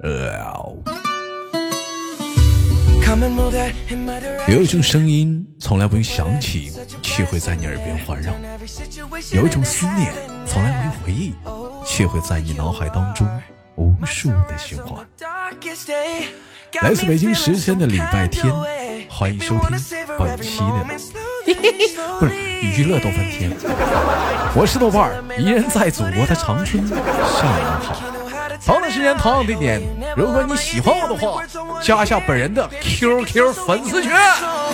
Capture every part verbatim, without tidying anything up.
有一种声音从来不用想起，却会在你耳边环绕；有一种思念从来不用回忆，却会在你脑海当中无数的循环。来自北京时间的礼拜天，欢迎收听本期的不是娱乐豆翻天，我是豆瓣儿，依然在祖国的长春向你们好。同样的时间，同样的地点，如果你喜欢我的话，加一下本人的 Q Q 粉丝群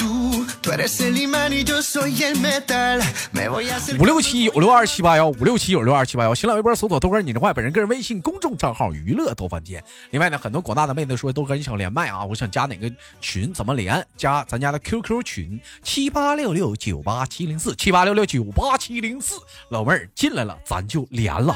五六七九六二七八幺五六七九六二七八幺，新浪微博搜索豆哥你的话，本人个人微信公众账号娱乐豆翻天。另外呢，很多广大的妹子说豆哥你想连麦啊，我想加哪个群怎么连？加咱家的 Q Q 群七八六六九八七零四七八六六九八七零四，老妹儿进来了，咱就连了。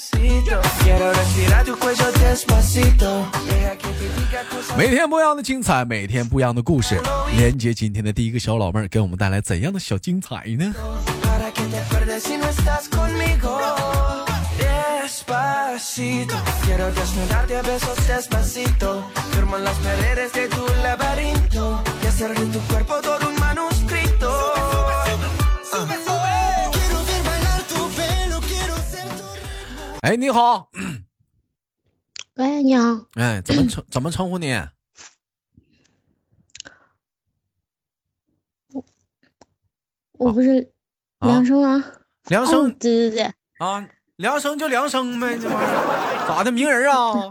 每天不一样的精彩，每天不一样的故事，连接今天的第一个小老妹儿，给我们带来怎样的小精彩呢？哎，你好。 喂，你好。 哎，怎么称怎么称呼你？ 我我不是梁生啊。 梁生、 哦，对对对啊，梁生就梁生呗，这玩意儿咋的名人啊？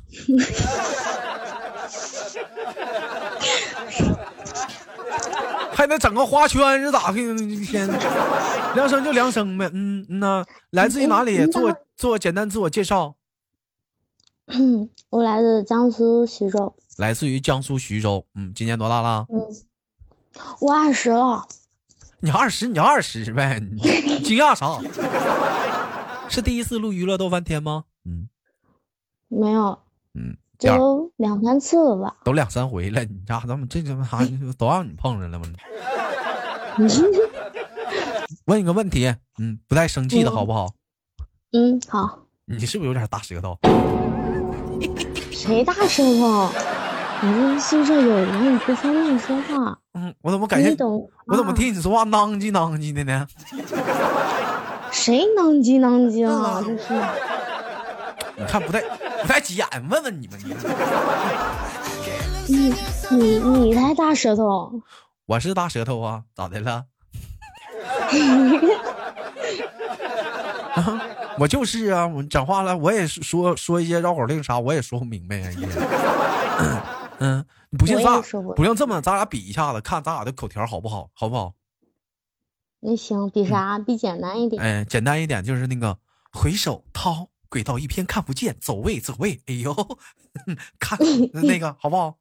还得整个花圈是咋的？天，梁生就梁生呗。嗯嗯呐，来自于哪里？做做简单自我介绍。 嗯，我来自江苏徐州。 来自于江苏徐州。嗯，今年多大了？ 嗯，我二十了。 你二十，你二十呗，你惊讶啥？是第一次录娱乐豆翻天吗？嗯， 没有。 嗯， 就两三次了吧？ 都两三回了，你家咱们这他妈都让你碰上了吗？问一个问题，嗯，不带生气的好不好？ 嗯，好。 你是不是有点大舌头？ 谁大舌头？你这宿舍有人，你不方便说话。 嗯，我怎么感觉你懂？ 我怎么听你说话囔叽囔叽的呢？ 谁囔叽囔叽了？这是。 你看不带不带急眼，问问你们你你你才大舌头。 我是大舌头啊，咋的了？啊，我就是啊，我讲话了，我也说说一些绕口令啥，我也说不明白啊。嗯, 嗯，你不信咱不用这么，咱俩比一下子，看咱俩的口条好不好？好不好？ 那行，比啥？嗯、比简单一点。 哎，简单一点就是那个回首掏，轨道一偏看不见，走位走位，哎呦，看那个好不好？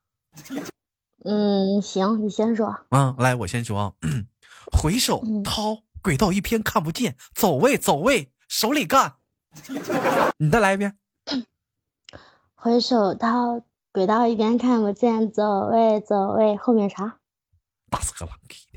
嗯，行，你先说。 嗯，来，我先说。回首掏，轨道一偏看不见，走位走位，手里干。你再来一遍。 回首掏，轨道一边看不见，走位走位，后面啥？ 大死个狼给的。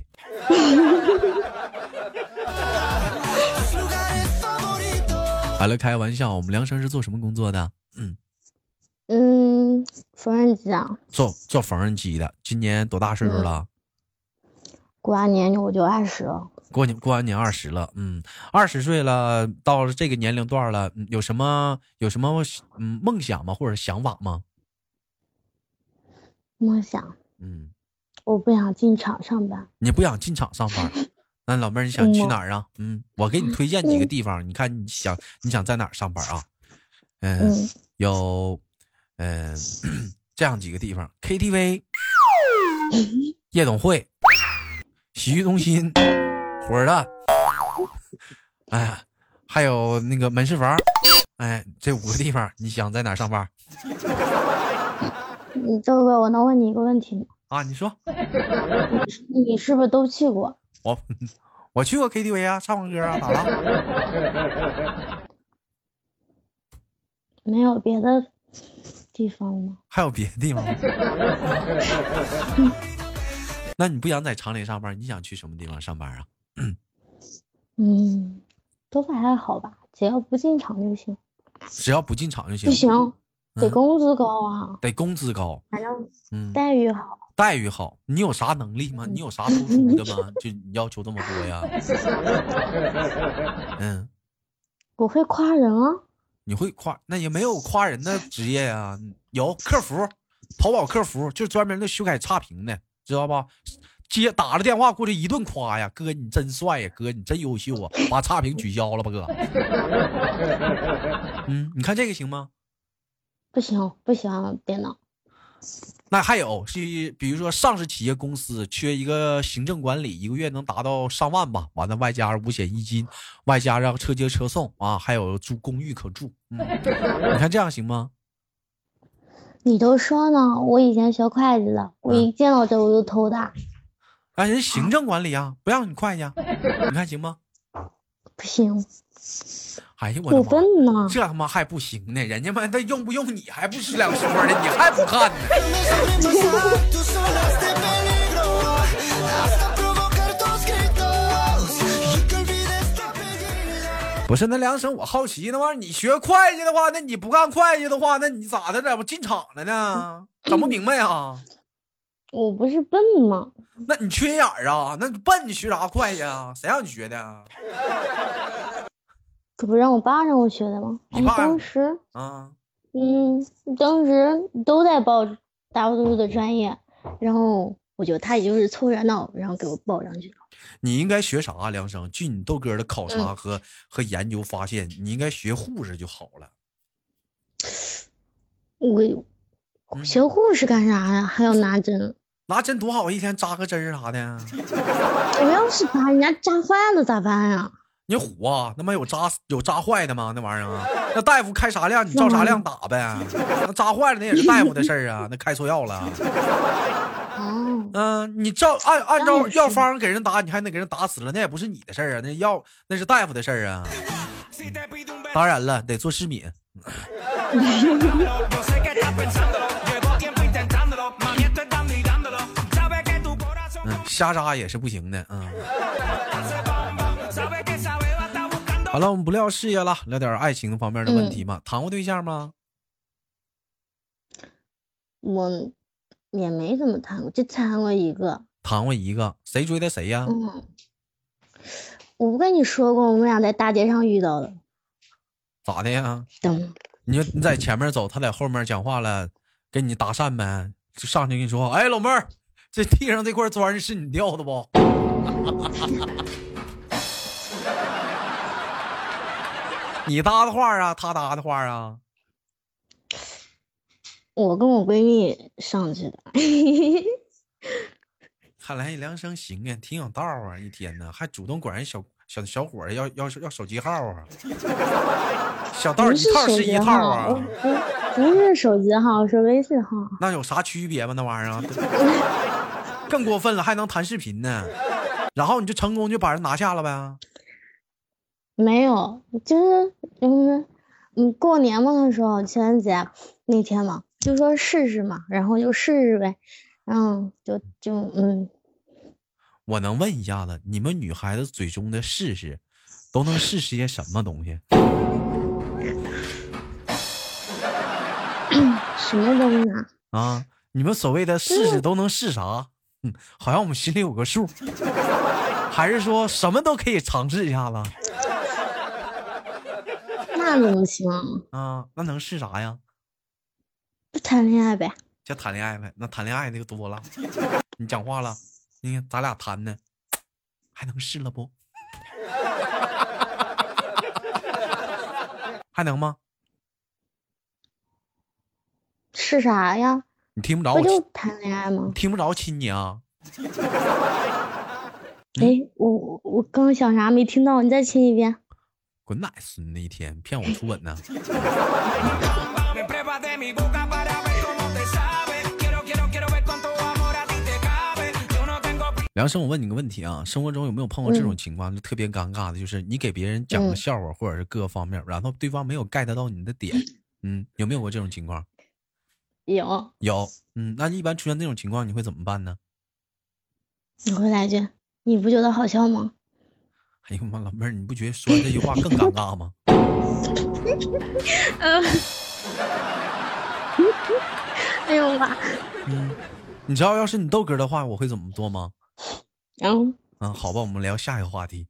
好了，开玩笑，我们梁生是做什么工作的？嗯嗯，缝纫机啊。做做缝纫机的，今年多大岁数了？ 嗯、过完年我就二十了。 过年过完年二十了，嗯，二十岁了，到了这个年龄段了，有什么有什么嗯梦想吗？或者想法吗？ 梦想， 嗯， 我不想进厂上班。 你不想进厂上班？那老妹儿你想去哪儿啊？嗯，我给你推荐几个地方，嗯、你看你想你想在哪儿上班啊？呃、嗯，有，嗯、呃，这样几个地方 ：K T V、夜总会、洗浴中心。火的，哎呀，还有那个门市房，哎，这五个地方，你想在哪儿上班？ 你这个我能问你一个问题吗？ 啊，你说， 你, 你是不是都去过？ 我我去过 K T V 啊，唱过歌啊，咋了？ 没有别的地方吗？ 还有别的地方吗？那你不想在厂里上班，你想去什么地方上班啊？ 嗯，都还好吧，只要不进厂就行。 只要不进厂就行。 不行， 得工资高啊， 得工资高， 反正嗯， 待遇好。 待遇好。你有啥能力吗？你有啥突出的吗？就你要求这么多呀？嗯， 我会夸人啊。 你会夸？那也没有夸人的职业呀、有客服，淘宝客服就专门的修改差评的，知道吧？接打了电话过去一顿夸呀，哥你真帅呀，哥你真优秀啊，把差评取消了吧，哥。嗯，你看这个行吗？ 不行，不行，电脑。 那还有是，比如说上市企业公司缺一个行政管理，一个月能达到上万吧，完了外加五险一金，外加让车接车送啊，还有住公寓可住。嗯，你看这样行吗？ 你都说呢，我以前学会计的，我一见到这我就头大。 哎，人行政管理啊，不让你会计啊，你看行吗？ 不行。 哎呀，我的过分呢！ 这他妈还不行呢，人家妈他用不用你还不是两说的，你还不看呢？不是那梁生，我好奇那玩意儿，你学会计的话，那你不干会计的话，那你咋的？怎么进厂了呢？整不明白啊？ 我不是笨吗？ 那你缺眼儿啊？那你笨，你学啥会计啊？谁让你学的？ 可不让我爸让我学的吗？ 你爸当时啊， 嗯，当时都在报大多数的专业，然后我觉得他也就是凑热闹，然后给我报上去了。 你应该学啥啊？梁生，据你豆哥的考察和、 嗯、 和研究发现，你应该学护士就好了。 我学护士干啥呀？还要拿针？ 拿针多好，一天扎个针啥的。 我要是把人家扎坏了咋办呀？ 你虎啊，他妈有扎有扎坏的吗？那玩意儿啊，那大夫开啥量，你照啥量打呗。那扎坏了那也是大夫的事儿啊，那开错药了。嗯、呃，你照按按照药方给人打，你还能给人打死了，那也不是你的事儿啊，那药那是大夫的事儿啊。嗯、当然了，得做失敏。嗯，瞎扎也是不行的，嗯。好了，我们不聊事业了，聊点爱情方面的问题嘛。嗯、谈过对象吗？ 我也没怎么谈过，就谈过一个。 谈过一个，谁追的谁呀？ 嗯，我不跟你说过，我们俩在大街上遇到的。 咋的呀？ 等你你在前面走，他在后面讲话了，跟你搭讪呗，就上去跟你说：“哎，老妹儿，这地上这块砖是你掉的不？”你搭的话啊，他搭的话啊。 我跟我闺蜜上去的。 看来梁生行啊，挺有道啊，一天呢还主动管人小小小伙要要要手机号啊。小道一套是一套啊， 不是手机号，是微信号。 那有啥区别吗？那玩意儿啊，更过分了，还能谈视频呢。然后你就成功就把人拿下了呗。 没有，就是就是嗯，过年嘛的时候，情人节那天嘛，就说试试嘛，然后就试试呗，然后就就嗯。 我能问一下子，你们女孩子嘴中的试试，都能试试些什么东西？ 什么东西啊？ 啊，你们所谓的试试都能试啥？嗯，好像我们心里有个数，还是说什么都可以尝试一下子？ 那怎么行啊？那能是啥呀？ 不谈恋爱呗。 就谈恋爱呗。那谈恋爱那个多了。你讲话了，你看咱俩谈呢，还能试了不？还能吗？ 是啥呀？ 你听不着我？ 不就谈恋爱吗？ 听不着亲你啊？ 哎，我我我刚想啥没听到，你再亲一遍。 滚奶孙那一天骗我初吻呢。梁生，我问你个问题啊，生活中有没有碰过这种情况，嗯、就特别尴尬的，就是你给别人讲个笑话，嗯、或者是各个方面，然后对方没有 get 到你的点，嗯，有没有过这种情况？ 有有，嗯，那一般出现这种情况，你会怎么办呢？ 你会来句，你不觉得好笑吗？ 哎呦妈，老妹儿，你不觉得说这句话更尴尬吗？ 嗯， 哎呦妈！ 嗯，你知道要是你豆哥的话，我会怎么做吗？ 嗯嗯，好吧，我们聊下一个话题。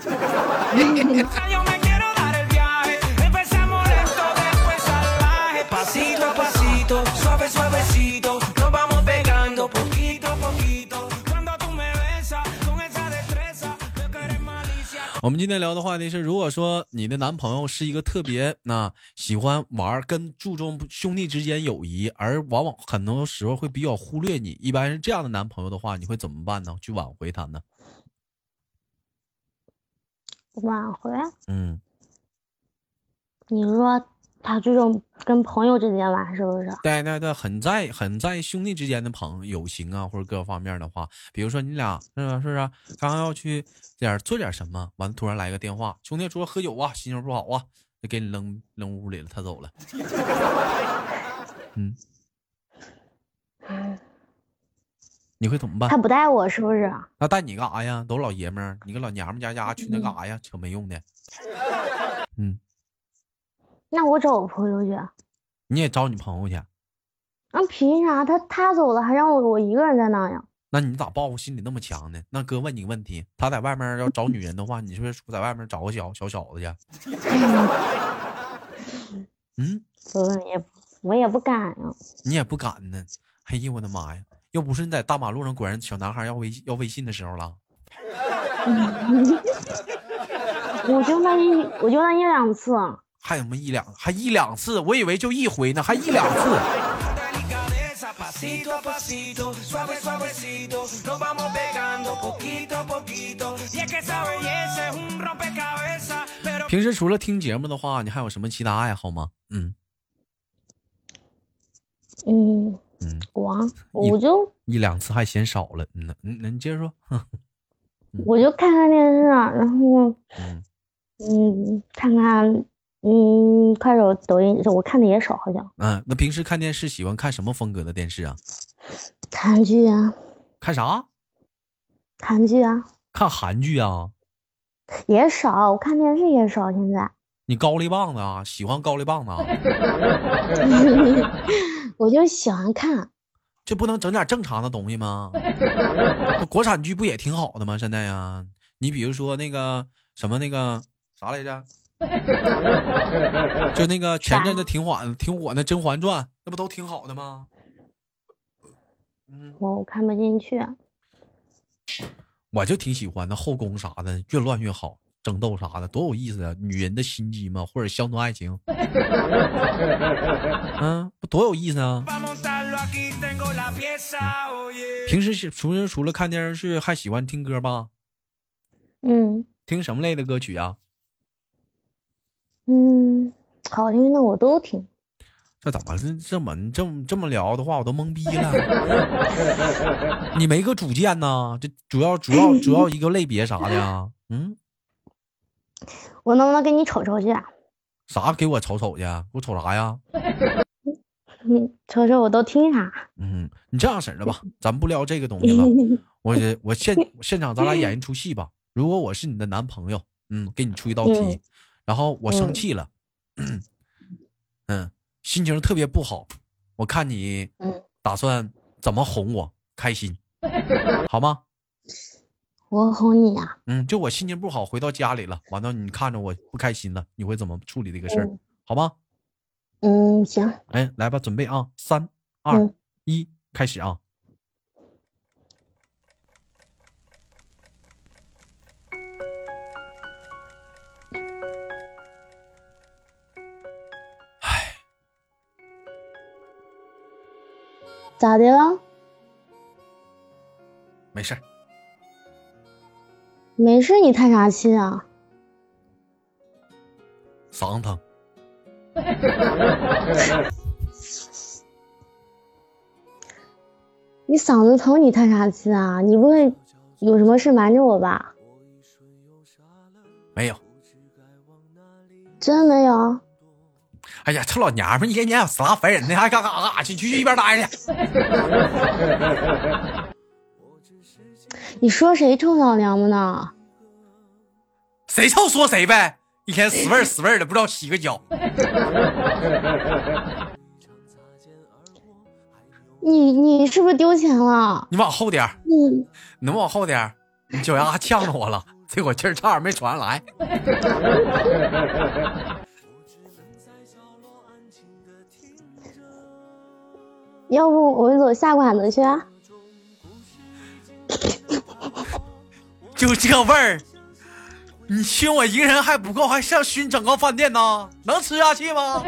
我们今天聊的话题是，如果说你的男朋友是一个特别那喜欢玩跟注重兄弟之间友谊，而往往很多时候会比较忽略你，一般是这样的男朋友的话，你会怎么办呢？去挽回他呢？ 挽回？ 嗯， 你说他注重跟朋友之间玩，是不是？ 对对对，很在很在兄弟之间的朋友情啊，或者各方面的话，比如说你俩是不是是不是刚刚要去点做点什么，完了突然来个电话，兄弟说喝酒啊，心情不好啊，就给你扔扔屋里了，他走了。嗯，你会怎么办？ 他不带我是不是？ 那带你干啥呀？都老爷们儿，你个老娘们家家去那干啥呀？扯没用的。嗯， 那我找我朋友去。 你也找你朋友去？ 那凭啥他他走了还让我我一个人在那呀？ 那你咋报复心理那么强呢？那哥问你个问题，他在外面要找女人的话，你是不是在外面找个小小小子去？嗯， 我也我也不敢呀。 你也不敢呢？哎呦我的妈呀！又不是你在大马路上管人小男孩要微要微信的时候了。 我就那一我就那一两次。 还有么一两还一两次？我以为就一回呢，还一两次。平时除了听节目的话，你还有什么其他爱好吗？嗯嗯嗯， 我我就一两次还嫌少了。嗯，那你接着说。 我就看看电视，然后嗯嗯看看嗯快手、抖音，我看的也少，好像。 嗯，那平时看电视喜欢看什么风格的电视啊？ 韩剧啊。 看啥？ 韩剧啊。 看韩剧啊？ 也少，我看电视也少。现在你高丽棒子啊？喜欢高丽棒子啊？ 我就喜欢看。 这不能整点正常的东西吗？国产剧不也挺好的吗？现在呀，你比如说那个什么那个啥来着，就那个前阵子挺火挺火的《甄嬛传》，那不都挺好的吗？ 嗯，我看不进去。 我就挺喜欢的，后宫啥的越乱越好，争斗啥的多有意思啊！女人的心机嘛，或者乡村爱情，嗯，不多有意思啊！平时除了除了看电视剧，还喜欢听歌吧？ 嗯， 听什么类的歌曲啊？ 嗯，好听的我都听。 这怎么这么这么这么聊的话，我都懵逼了。你没个主见呢？这主要主要主要一个类别啥的呀？嗯， 我能不能给你瞅瞅去？ 啥给我瞅瞅去？给我瞅啥呀？ 嗯，瞅瞅我都听啥？ 嗯，你这样式的吧，咱不聊这个东西了。我我现现场咱俩演一出戏吧。如果我是你的男朋友，嗯，给你出一道题，嗯、然后我生气了，嗯。嗯心情特别不好，我看你打算怎么哄我开心，好吗？ 我哄你呀、啊。 嗯，就我心情不好，回到家里了，完了你看着我不开心了，你会怎么处理这个事儿、嗯？好吗？ 嗯，行。 哎，来吧，准备啊，三二一，开始啊！ 咋的了？ 没事没事，你叹啥气啊？ 嗓子疼。 你嗓子疼，你叹啥气啊？你不会有什么事瞒着我吧？ 没有。 真没有？ 哎呀，臭老娘们，一天天死拉烦人的，还干干干啥去？去一边待去！ 你说谁臭老娘们呢？ 谁臭说谁呗！一天死味儿死味儿的，不知道洗个脚。 你你是不是丢钱了？ 你往后点， 嗯， 你能往后点，你脚丫呛着我了，这口气儿差点没传来。 要不我们走下馆子去啊？ 就这味儿，你熏我一个人还不够，还想熏整个饭店呢？能吃下去吗？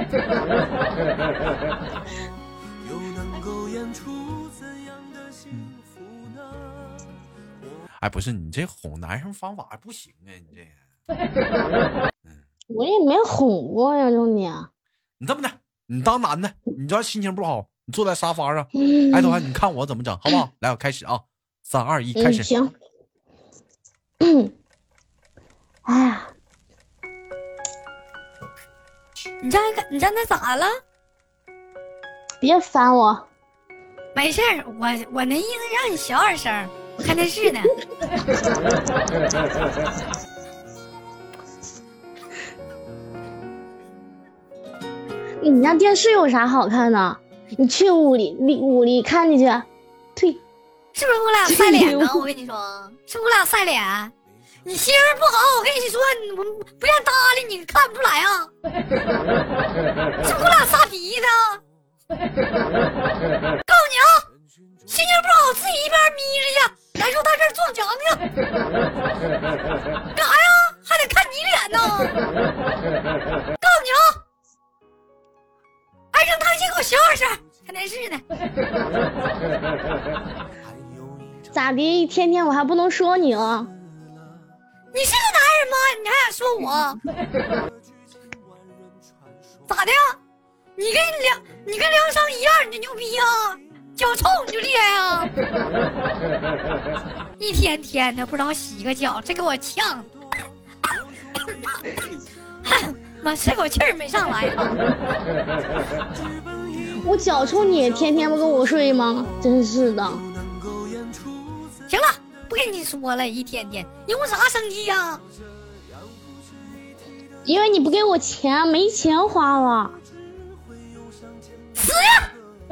哎，不是你这哄男生方法不行啊，你这个。 我也没哄过呀，兄弟。 你这么的，你当男的，你知道心情不好，你坐在沙发上，哎，等会你看我怎么整，好不好？来，我开始啊，三二一，开始。 嗯、行。哎呀， 你这你这那咋了？ 别烦我。 没事儿，我我那意思让你小点声，看电视呢。 你家电视有啥好看的？你去屋里里屋里看去去。退。 是不是我俩晒脸呢？我跟你说，是不是我俩晒脸？你心情不好，我跟你说，我不愿搭理你，看不出来啊？是不是我俩撒脾气呢？告诉你啊，心情不好自己一边眯着去，难受到这儿撞墙去，干啥呀？还得看你脸呢。告诉你啊，爱生叹气给我小点声，看电视呢。 咋的？天天我还不能说你了？ 你是个男人吗？你还想说我？咋的呀？你跟梁，你跟梁生一样，你就牛逼啊？脚臭你就厉害啊？一天天的不知道洗个脚，这给我呛的，妈这口气儿没上来啊！ 我脚臭你也天天不跟我睡吗？真是的。 行了，不跟你说了，一天天因为啥生气呀、啊？ 因为你不给我钱，没钱花了。 死呀！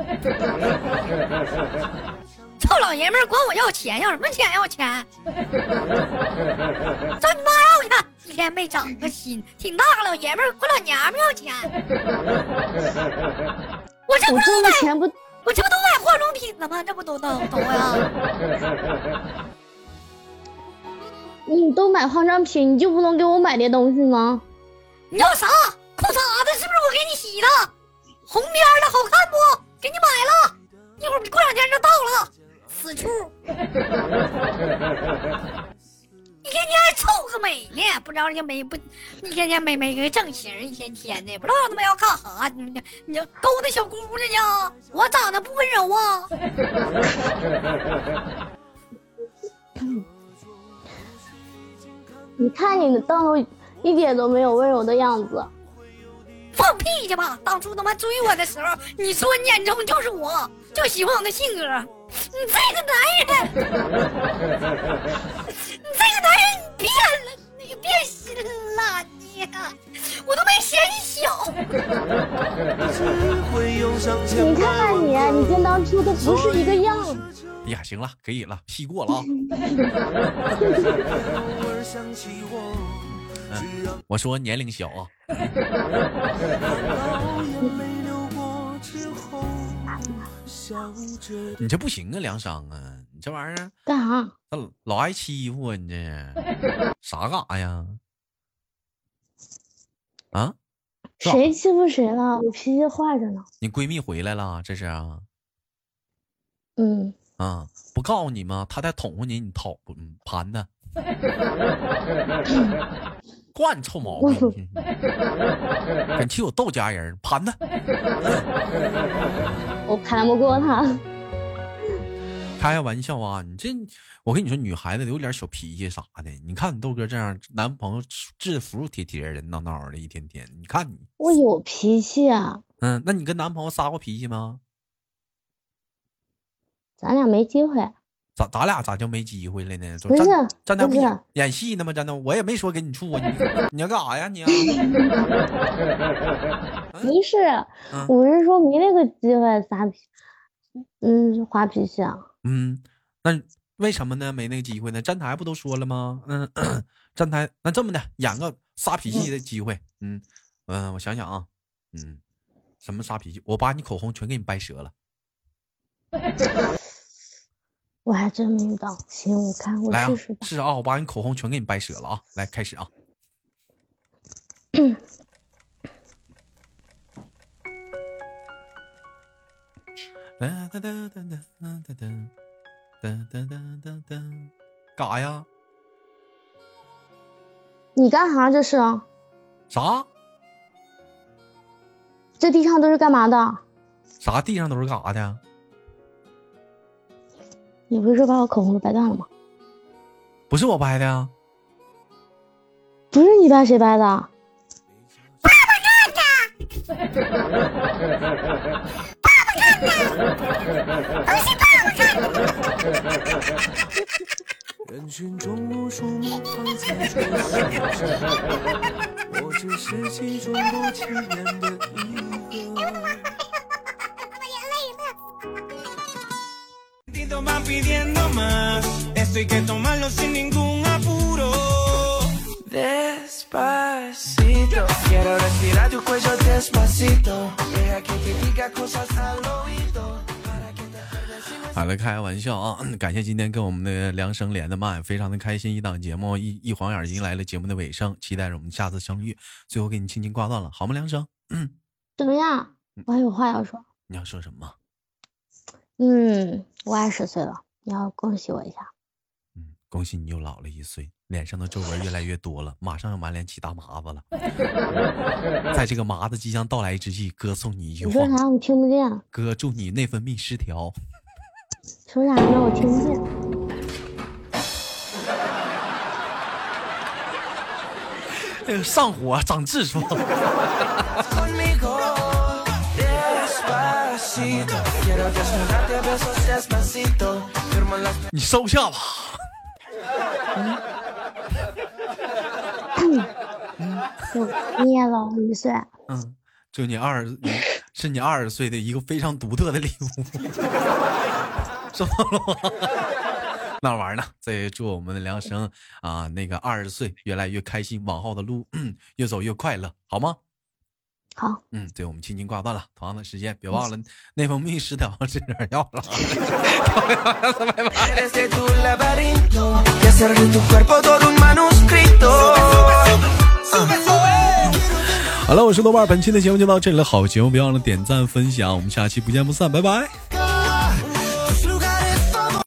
臭老爷们儿管我要钱，要什么钱？要钱？找你妈要去！一天没长个心，挺大个老爷们儿管老娘们要钱。我这不我挣的钱不， 我这不都买化妆品了吗？这不都都都呀？ 你都买化妆品，你就不能给我买点东西吗？ 你要啥？裤衩子是不是我给你洗的？红边的好看不？给你买了，一会儿过两天就到了。死处！一天天还臭个美呢，不知道人家没不，一天天没没个正形，一天天的不知道他们要干啥。你你你勾搭小姑娘呢？我长得不温柔啊？ 你看你的当头一点都没有温柔的样子。 放屁去吧！当初他妈追我的时候，你说你眼中就是我，就喜欢我的性格。你这个男人，你这个男人你变了，你变心了，你，我都没嫌你小。 你看看你，你跟当初都不是一个样子。 哎呀，行了，可以了，戏过了啊。嗯，我说年龄小啊。你这不行啊，梁商啊，你这玩意儿干啥？ 老爱欺负啊，你这啥干啥呀？啊？ 谁欺负谁了？我脾气坏着呢。 你闺蜜回来了，这是啊？ 嗯。 啊，不告诉你吗？她在捅咕你，你讨嗯盘她。惯臭毛病，敢欺我豆家人，盘他！ 我盘不过他。 开个玩笑啊！你这，我跟你说，女孩子有点小脾气啥的。你看你豆哥这样，男朋友制服帖帖的，闹闹的，一天天。你看你， 我有脾气啊。 嗯，那你跟男朋友撒过脾气吗？ 咱俩没机会。 咋咱俩咋就没机会了呢？ 不是， 站那不是演戏呢吗？真的，我也没说跟你处啊，你你要干啥呀你、啊？ 不是， 嗯、 我是说没那个机会撒脾。 嗯，发脾气啊。 嗯，那为什么呢？没那个机会呢？站台不都说了吗？嗯，站台那这么的，演个撒脾气的机会。嗯嗯、呃，我想想啊，嗯，什么撒脾气？我把你口红全给你掰折了。 我还真没遇到，行，我看我试试吧。 是啊，我把你口红全给你掰折了啊！来，开始啊。哒哒哒哒哒哒哒哒哒哒哒，干啥呀？ 你干啥这是？ 啥？ 这地上都是干嘛的？ 啥地上都是干啥的？ 你不是把我口红都掰断了吗？ 不是我掰的呀。 不是你掰，谁掰的？ 爸爸干的。爸爸干的。都是爸爸干的。人群中无数目光在注视着，我只是其中不起眼的一个。我眼泪了。van pidiendo más, esto hay que tomarlo sin ningún apuro. Despacito, quiero respirar tu cuello despacito, deja que te diga cosas al oído. 好了，开玩笑啊！感谢今天跟我们的梁生连的麦，非常的开心。一档节目一一晃眼已经来了节目的尾声，期待着我们下次相遇。最后给你轻轻挂断了，好吗，梁生？嗯， 怎么样？我还有话要说。 你要说什么？ 嗯，我二十岁了，你要恭喜我一下。 嗯，恭喜你又老了一岁，脸上的皱纹越来越多了，马上要满脸起大麻子了。在这个麻子即将到来之际，哥送你一句话。 你说啥？我听不见。 哥祝你内分泌失调。 说啥呢？我听不见。 哎呦，上火长痔疮。你收下吧。 我你也老了一岁。 嗯，就你二十，是你二十岁的一个非常独特的礼物。收了吗？那玩意儿呢？再祝我们的梁生啊，那个二十岁越来越开心，往后的路、嗯、越走越快乐，好吗？ 好， 嗯，对，我们轻轻挂断了。同样的时间，别忘了内分泌失调这点药了。拜拜。好了，我是豆瓣，本期的节目就到这里了。好节目，别忘了点赞分享，我们下期不见不散，拜拜。